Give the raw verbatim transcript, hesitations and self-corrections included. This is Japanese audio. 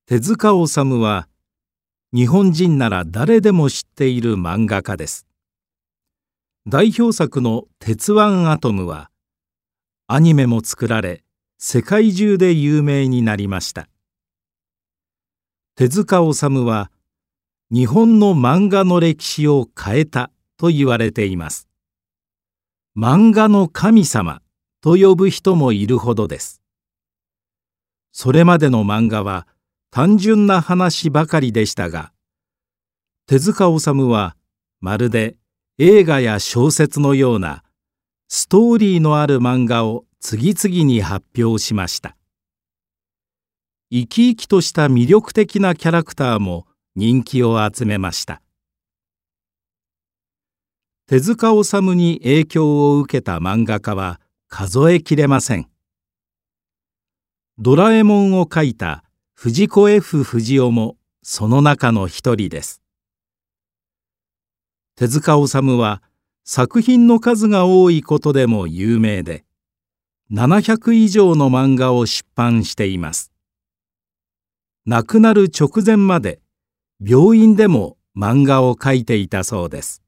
手塚治虫は日本人なら誰でも知っている漫画家です。代表作の「鉄腕アトム」はアニメも作られ世界中で有名になりました。手塚治虫は日本の漫画の歴史を変えたと言われています。漫画の神様と呼ぶ人もいるほどです。それまでの漫画は単純な話ばかりでしたが、手塚治虫はまるで映画や小説のようなストーリーのある漫画を次々に発表しました。生き生きとした魅力的なキャラクターも人気を集めました。手塚治虫に影響を受けた漫画家は数えきれません。ドラえもんを描いた藤子 F 不二雄もその中の一人です。手塚治虫は作品の数が多いことでも有名で、ななひゃく以上の漫画を出版しています。亡くなる直前まで病院でも漫画を描いていたそうです。